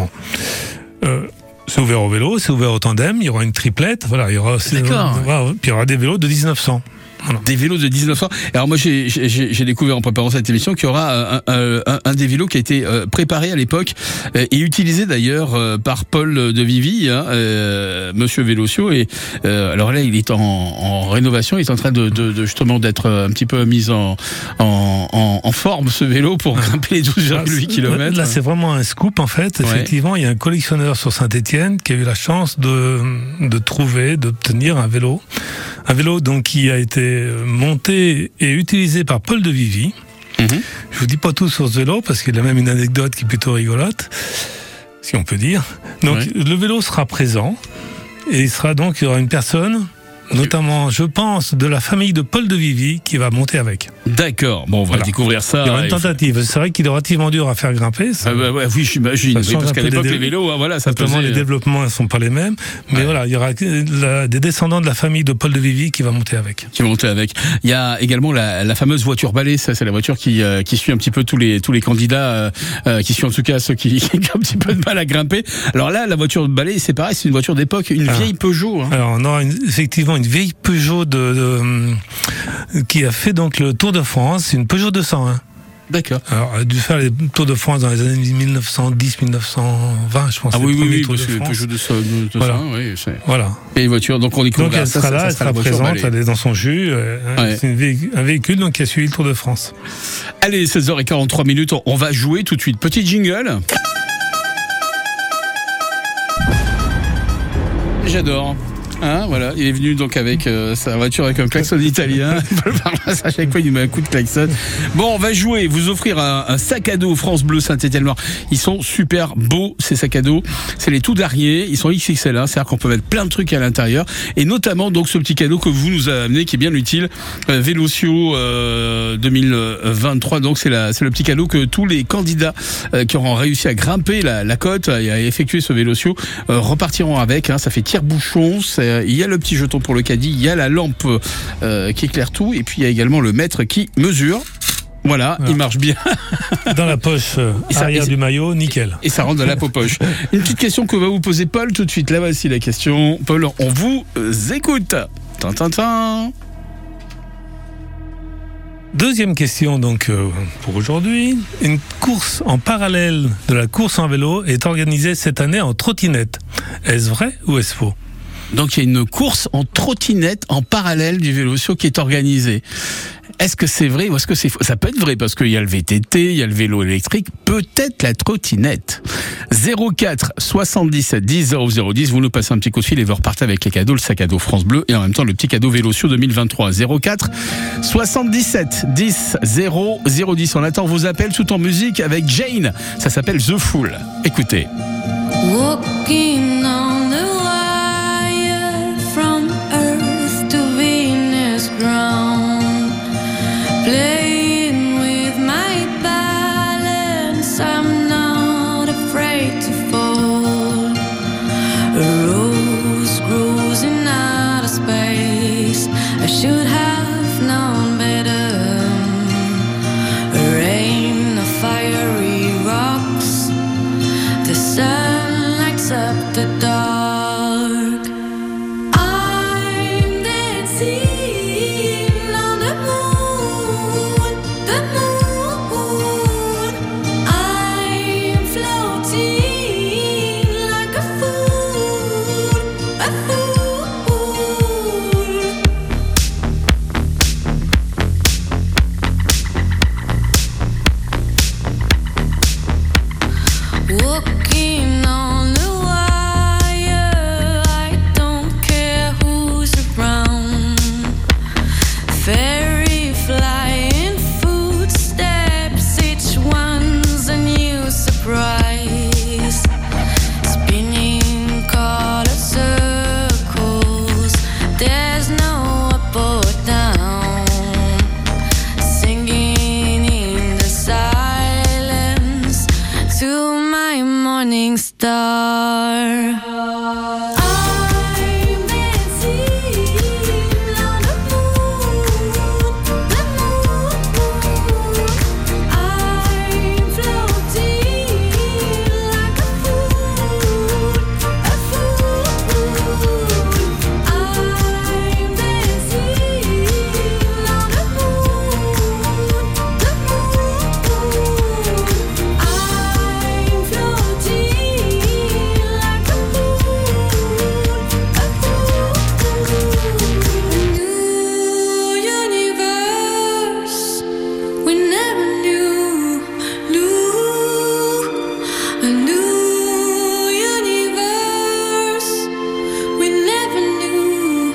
C'est ouvert au vélo, c'est ouvert au tandem. Il y aura une triplette. Voilà, il y aura. D'accord. Puis il y aura des vélos de 1900. Voilà. Des vélos de 1900. Alors moi j'ai découvert en préparant cette émission qu'il y aura un des vélos qui a été préparé à l'époque et utilisé d'ailleurs par Paul de Vivi, Monsieur Vélocio. Et alors là il est en rénovation, il est en train de justement d'être un petit peu mis en forme ce vélo pour grimper les 12,8 km. Là c'est vraiment un scoop en fait. Effectivement, il y a un collectionneur sur Saint-Étienne qui a eu la chance d'obtenir un vélo donc qui a été monté et utilisé par Paul de Vivi. Je vous dis pas tout sur ce vélo parce qu'il a même une anecdote qui est plutôt rigolote, si on peut dire. Donc le vélo sera présent et il y aura une personne, notamment je pense de la famille de Paul de Vivi, qui va monter avec. D'accord, bon on va découvrir ça. Il y aura une tentative, c'est vrai qu'il est relativement dur à faire grimper. Oui j'imagine, parce qu'à l'époque les vélos, ça pesait. Les développements ne sont pas les mêmes, mais voilà, il y aura des descendants de la famille de Paul de Vivi qui va monter avec. Il y a également la fameuse voiture balai, ça c'est la voiture qui suit un petit peu tous les candidats, qui suit en tout cas ceux qui ont un petit peu de mal à grimper. Alors là, la voiture balai, c'est pareil, c'est une voiture d'époque, une vieille Peugeot. Alors on aura effectivement une vieille Peugeot qui a fait donc le Tour de France, c'est une Peugeot 201. D'accord. Alors, elle a dû faire les Tours de France dans les années 1910-1920, je pense. Oui, c'est Peugeot 201, oui. Voilà. Et une voiture, donc on découvre. Donc elle sera là, elle sera présente, elle est dans son jus. C'est un véhicule donc, qui a suivi le Tour de France. Allez, 16h43, on va jouer tout de suite. Petit jingle. J'adore. Voilà, il est venu donc avec sa voiture avec un klaxon italien. À chaque fois, il met un coup de klaxon. Bon, on va jouer, vous offrir un sac à dos France Bleu Saint-Étienne-Noir. Ils sont super beaux, ces sacs à dos. C'est les tout derniers, ils sont XXL, c'est-à-dire qu'on peut mettre plein de trucs à l'intérieur. Et notamment, donc, ce petit cadeau que vous nous avez amené, qui est bien utile. Vélocio 2023. Donc, c'est le petit cadeau que tous les candidats qui auront réussi à grimper la côte et à effectuer ce Vélocio repartiront avec. Ça fait tire-bouchon, il y a le petit jeton pour le caddie, il y a la lampe qui éclaire tout, et puis il y a également le mètre qui mesure. Voilà, il marche bien. Dans la poche arrière du maillot, nickel. Et ça rentre dans la poche. Une petite question que va vous poser Paul tout de suite. Là, voici la question. Paul, on vous écoute. Tintintin. Deuxième question donc pour aujourd'hui. Une course en parallèle de la course en vélo est organisée cette année en trottinette. Est-ce vrai ou est-ce faux? Donc il y a une course en trottinette en parallèle du Vélocio qui est organisée. Est-ce que c'est vrai ou est-ce que c'est faux? Ça peut être vrai parce qu'il y a le VTT, il y a le vélo électrique, peut-être la trottinette. 04 77 10 0010, vous nous passez un petit coup de fil et vous repartez avec les cadeaux, le sac à dos France Bleu et en même temps le petit cadeau Vélocio 2023. 04 77 10 0010. On attend vos appels tout en musique avec Jane. Ça s'appelle The Fool. Écoutez. Walking on the wire from Earth to Venus ground, playing with my balance, I'm not afraid to fall. A rose grows in our up the dark. I'm dancing on the moon, the moon. I'm floating like a fool, a fool. Walking on the wire, I don't care who's around. Fairy flying footsteps, each one's a new surprise. Spinning color circles, there's no up or down. Singing in the silence to my morning star. I'm dancing on the moon, the moon. I'm floating like a fool, a fool. I'm dancing on the moon, the moon. I'm floating like a new universe we never knew. A new universe we never knew.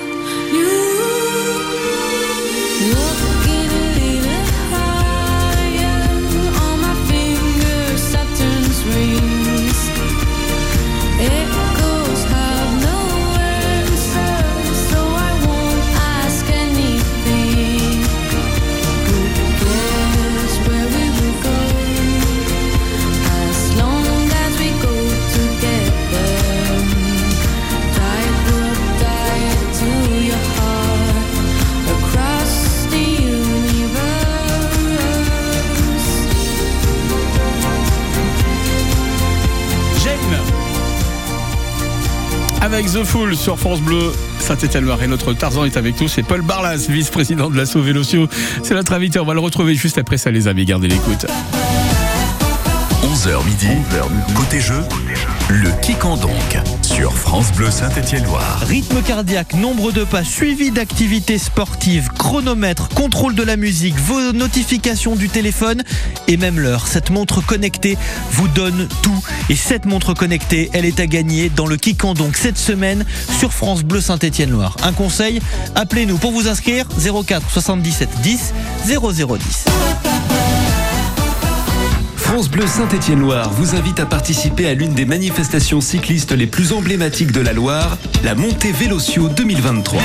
Walking a little higher, on my fingers Saturn's rings. Echoes have no answers, so I won't ask anything. Who cares where we will go, as long as we go together? Tightrope tied to your heart, across the universe. Jane avec The Fool sur France Bleu Saint-Étienne-Loire. Et notre Tarzan est avec nous, c'est Paul Barlas, vice-président de l'Asso Vélociaux. C'est notre invité, on va le retrouver juste après ça, les amis, gardez l'écoute. 11h midi, côté jeu, le Kick-en donc sur France Bleu Saint-Étienne-Loire. Rythme cardiaque, nombre de pas, suivi d'activités sportives, chronomètre, contrôle de la musique, vos notifications du téléphone et même l'heure. Cette montre connectée vous donne tout. Et cette montre connectée, elle est à gagner dans le Kick-en donc cette semaine sur France Bleu Saint-Étienne-Loire. Un conseil, appelez-nous pour vous inscrire 04 77 10 0010. France Bleu Saint-Étienne-Loire vous invite à participer à l'une des manifestations cyclistes les plus emblématiques de la Loire, la Montée Vélociaux 2023.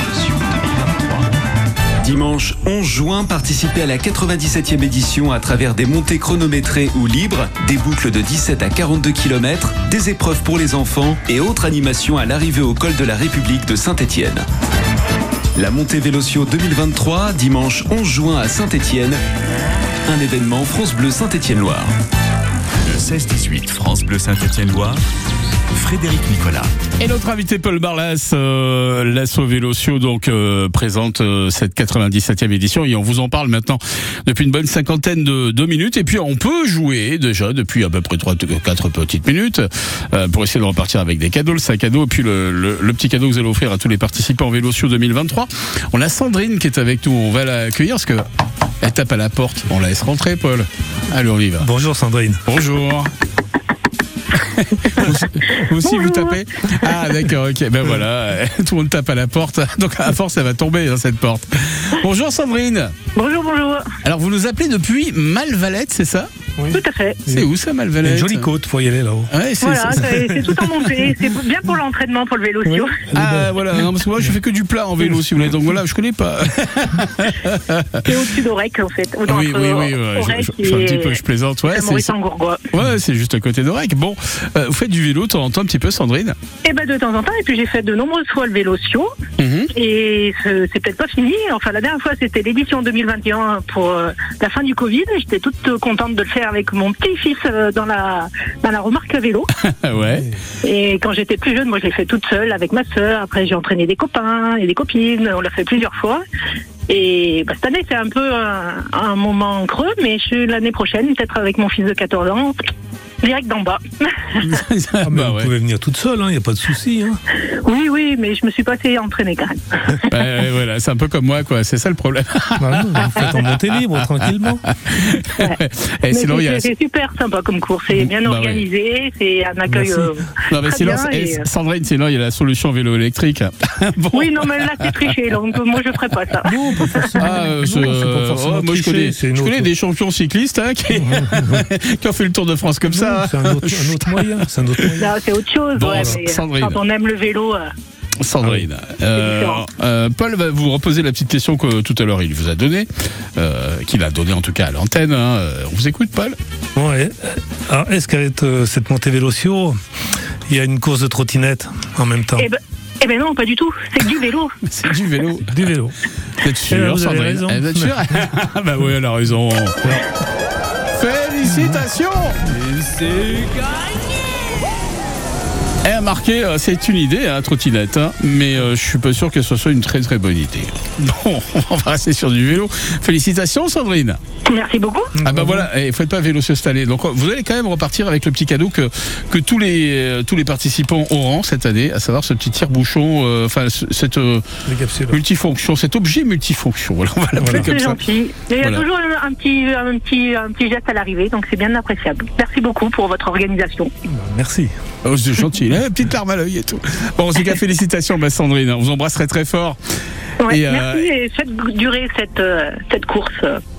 Dimanche 11 juin, participez à la 97e édition à travers des montées chronométrées ou libres, des boucles de 17 à 42 km, des épreuves pour les enfants et autres animations à l'arrivée au col de la République de Saint-Étienne. La Montée Vélociaux 2023, dimanche 11 juin à Saint-Étienne. Un événement France Bleu Saint-Étienne-Loire. Le 16-18 France Bleu Saint-Étienne-Loire, Frédéric Nicolas. Et notre invité Paul Barlas, l'Asso Vélociaux donc présente cette 97e édition et on vous en parle maintenant depuis une bonne cinquantaine de minutes et puis on peut jouer déjà depuis à peu près 3-4 petites minutes pour essayer de repartir avec des cadeaux, le sac à dos et puis le petit cadeau que vous allez offrir à tous les participants Vélociaux 2023. On a Sandrine qui est avec nous, on va l'accueillir parce que elle tape à la porte, on la laisse rentrer Paul. Allez on y va. Bonjour Sandrine. Bonjour. Vous aussi vous tapez? Ah d'accord, ok, ben voilà, tout le monde tape à la porte, donc à force elle va tomber dans cette porte. Bonjour Sandrine. Bonjour, bonjour. Alors vous nous appelez depuis Malvalette, c'est ça? Oui. Tout à fait. C'est où ça, Malvalette? Une jolie côte pour y aller là-haut. Ouais, voilà, c'est tout en montée. C'est bien pour l'entraînement, pour le Vélociaux. Ah voilà, non, parce que moi je fais que du plat en vélo si vous voulez, donc voilà, je connais pas. C'est au-dessus d'Aurec en fait. Oui, je plaisante. Ouais, ouais, c'est juste à côté d'Aurec. Bon, vous faites du vélo de temps en temps un petit peu, Sandrine? Eh ben de temps en temps, et puis j'ai fait de nombreuses fois le Vélociaux. Et c'est peut-être pas fini. Enfin, la dernière fois, c'était l'édition 2021 pour la fin du Covid. J'étais toute contente de le faire j'étais avec mon petit-fils dans la remorque à vélo. Ouais. Et quand j'étais plus jeune, moi je l'ai fait toute seule avec ma sœur. Après j'ai entraîné des copains et des copines. On l'a fait plusieurs fois. Et cette année c'est un peu un moment creux, mais l'année prochaine, peut-être avec mon fils de 14 ans, direct d'en bas. Vous pouvez venir toute seule, il n'y a pas de souci. Hein. Oui, mais je me suis pas assez entraînée quand même. Voilà, c'est un peu comme moi, quoi. C'est ça le problème. Vous faites en montée libre, tranquillement. Et sinon, c'est super sympa comme cours. C'est bien organisé, c'est un accueil. Sandrine, sinon il y a la solution vélo électrique. Oui, non, mais là c'est triché, donc moi je ferai pas ça. Non, pas forcément. Moi je connais des champions cyclistes qui ont fait le Tour de France comme ça. C'est un autre moyen. C'est autre chose. Sandrine. Quand on aime le vélo. Sandrine, Paul va vous reposer la petite question que tout à l'heure il vous a donnée, qu'il a donnée en tout cas à l'antenne. On vous écoute, Paul. Ouais. Alors, est-ce qu'avec cette montée Vélociro, il y a une course de trottinette en même temps? Eh ben non, pas du tout. C'est du vélo. C'est du vélo. Du vélo. Vous êtes sûr, Sandrine? Vous êtes sûr? Bah oui, elle a raison. Félicitations! C'est gagné! Elle a marqué, c'est une idée, trottinette, mais je suis pas sûr que ce soit une très très bonne idée. Bon, on va rester sur du vélo. Félicitations, Sandrine. Merci beaucoup. Ah bah voilà, et faites pas vélo se staller. Donc vous allez quand même repartir avec le petit cadeau que tous les participants auront cette année, à savoir ce petit tire-bouchon, cette multifonction, cet objet multifonction. Voilà, on va l'appeler comme ça. C'est gentil. Il y a toujours un petit geste à l'arrivée, donc c'est bien appréciable. Merci beaucoup pour votre organisation. Merci. Oh, c'est gentil. Petite larme à l'œil et tout. Bon, en tout cas, félicitations, Sandrine. On vous embrasserait très fort. Ouais, merci et faites durer cette course.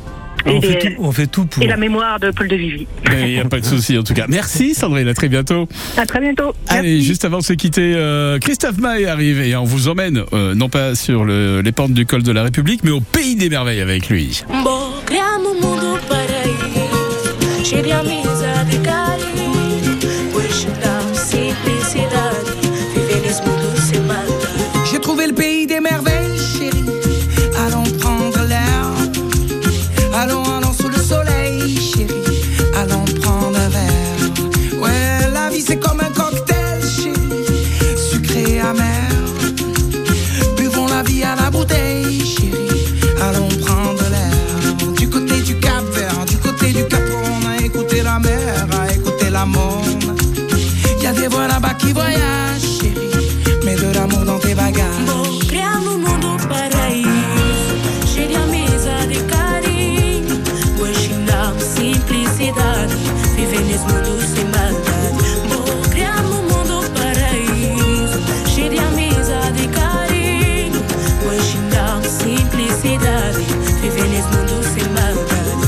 On fait tout pour. Et la mémoire de Paul de Vivi. Il n'y a pas de souci en tout cas. Merci Sandrine, à très bientôt. À très bientôt. Allez, Merci. juste avant de se quitter, Christophe Maé arrive et on vous emmène, non pas sur les pentes du col de la République, mais au pays des merveilles avec lui. J'ai trouvé le pays des merveilles, chérie. Allons prendre l'air. Allons sous le soleil, chérie. Allons prendre un verre. Ouais, la vie c'est comme un cocktail, chérie. Sucré, amer. Buvons la vie à la bouteille, chérie. Allons prendre l'air. Du côté du Cap Vert, du côté du Cap, on a écouté la mer, a écouté la monde. Y a des voix là-bas qui voyagent, chérie. Mets de l'amour dans tes bagages. Criando um mundo paraíso, cheio de amizade e carinho. Hoje na simplicidade, viver nesse mundo sem maldade. Vou criar um mundo paraíso, cheio de amizade e carinho. Hoje na simplicidade, viver nesse mundo sem maldade.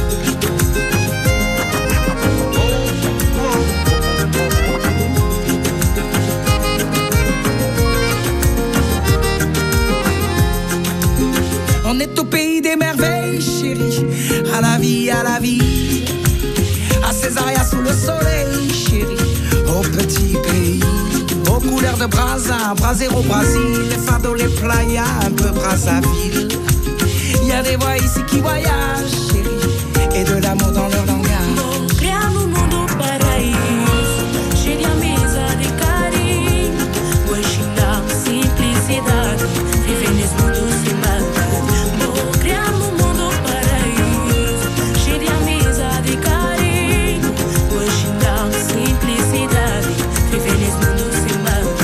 On est au pays des merveilles, chérie. À la vie, à Césaria sous le soleil, chérie. Au petit pays, aux couleurs de Brazza, Brasero, Brésil, les fados, les playas, un peu Brazzaville. Y a des voix ici qui voyagent, chérie, et de l'amour dans leur langage. Criar um mundo paraíso, cheio de amizade e carinho. Hoje na simplicidade, viver nesse mundo sem maldade. Vou criar um mundo paraíso, cheio de amizade e carinho. Hoje na simplicidade, viver nesse mundo sem maldade.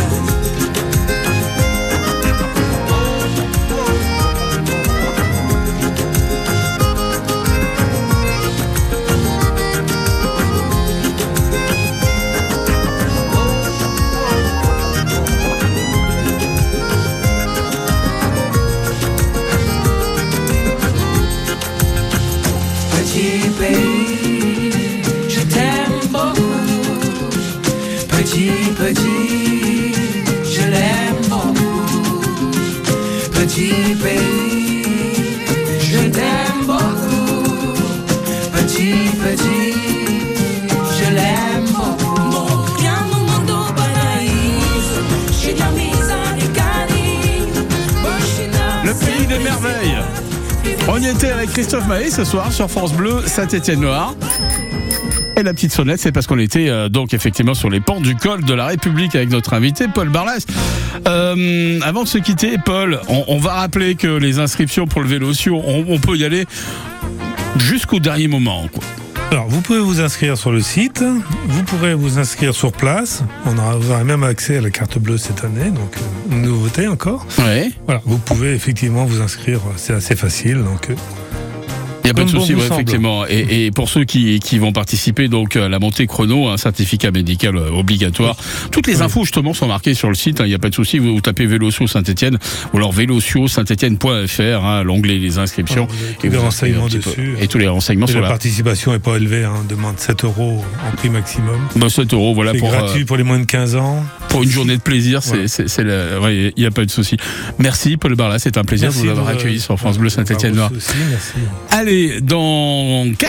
Petit pays, je t'aime beaucoup. Petit, je l'aime beaucoup. Petit pays, je t'aime beaucoup. Petit, je l'aime beaucoup. Criando um mundo paraíso, cheio de amizade e carinho. Hoje na Le pays des merveilles. On y était avec Christophe Maé ce soir sur France Bleu Saint-Étienne-Loire. Et la petite sonnette, c'est parce qu'on était donc effectivement sur les pentes du col de la République avec notre invité Paul Barlas. Avant de se quitter, Paul, on va rappeler que les inscriptions pour le Vélocio, on peut y aller jusqu'au dernier moment, quoi. Alors, vous pouvez vous inscrire sur le site, vous pourrez vous inscrire sur place. Vous aurez même accès à la carte bleue cette année, donc une nouveauté encore. Ouais. Voilà, vous pouvez effectivement vous inscrire, c'est assez facile. Donc, il n'y a pas de comme souci, bon vous ouais, semble. effectivement. Et pour ceux qui vont participer donc à la montée chrono, un certificat médical obligatoire. Toutes les infos justement sont marquées sur le site. Il n'y a pas de souci. Vous tapez Vélocio Saint-Étienne ou alors Vélocio-Saint-Étienne.fr, l'onglet les inscriptions. Tous les renseignements dessus. Et tous les renseignements et sur la participation n'est pas élevée. On demande 7 € en prix maximum. 7 €, voilà. C'est pour gratuit pour les moins de 15 ans. Pour une journée de plaisir, Voilà. il n'y a pas de souci. Merci Paul Barlas, c'est un plaisir de vous avoir accueilli sur France Bleu Saint-Étienne-Noir. Merci. Allez, dans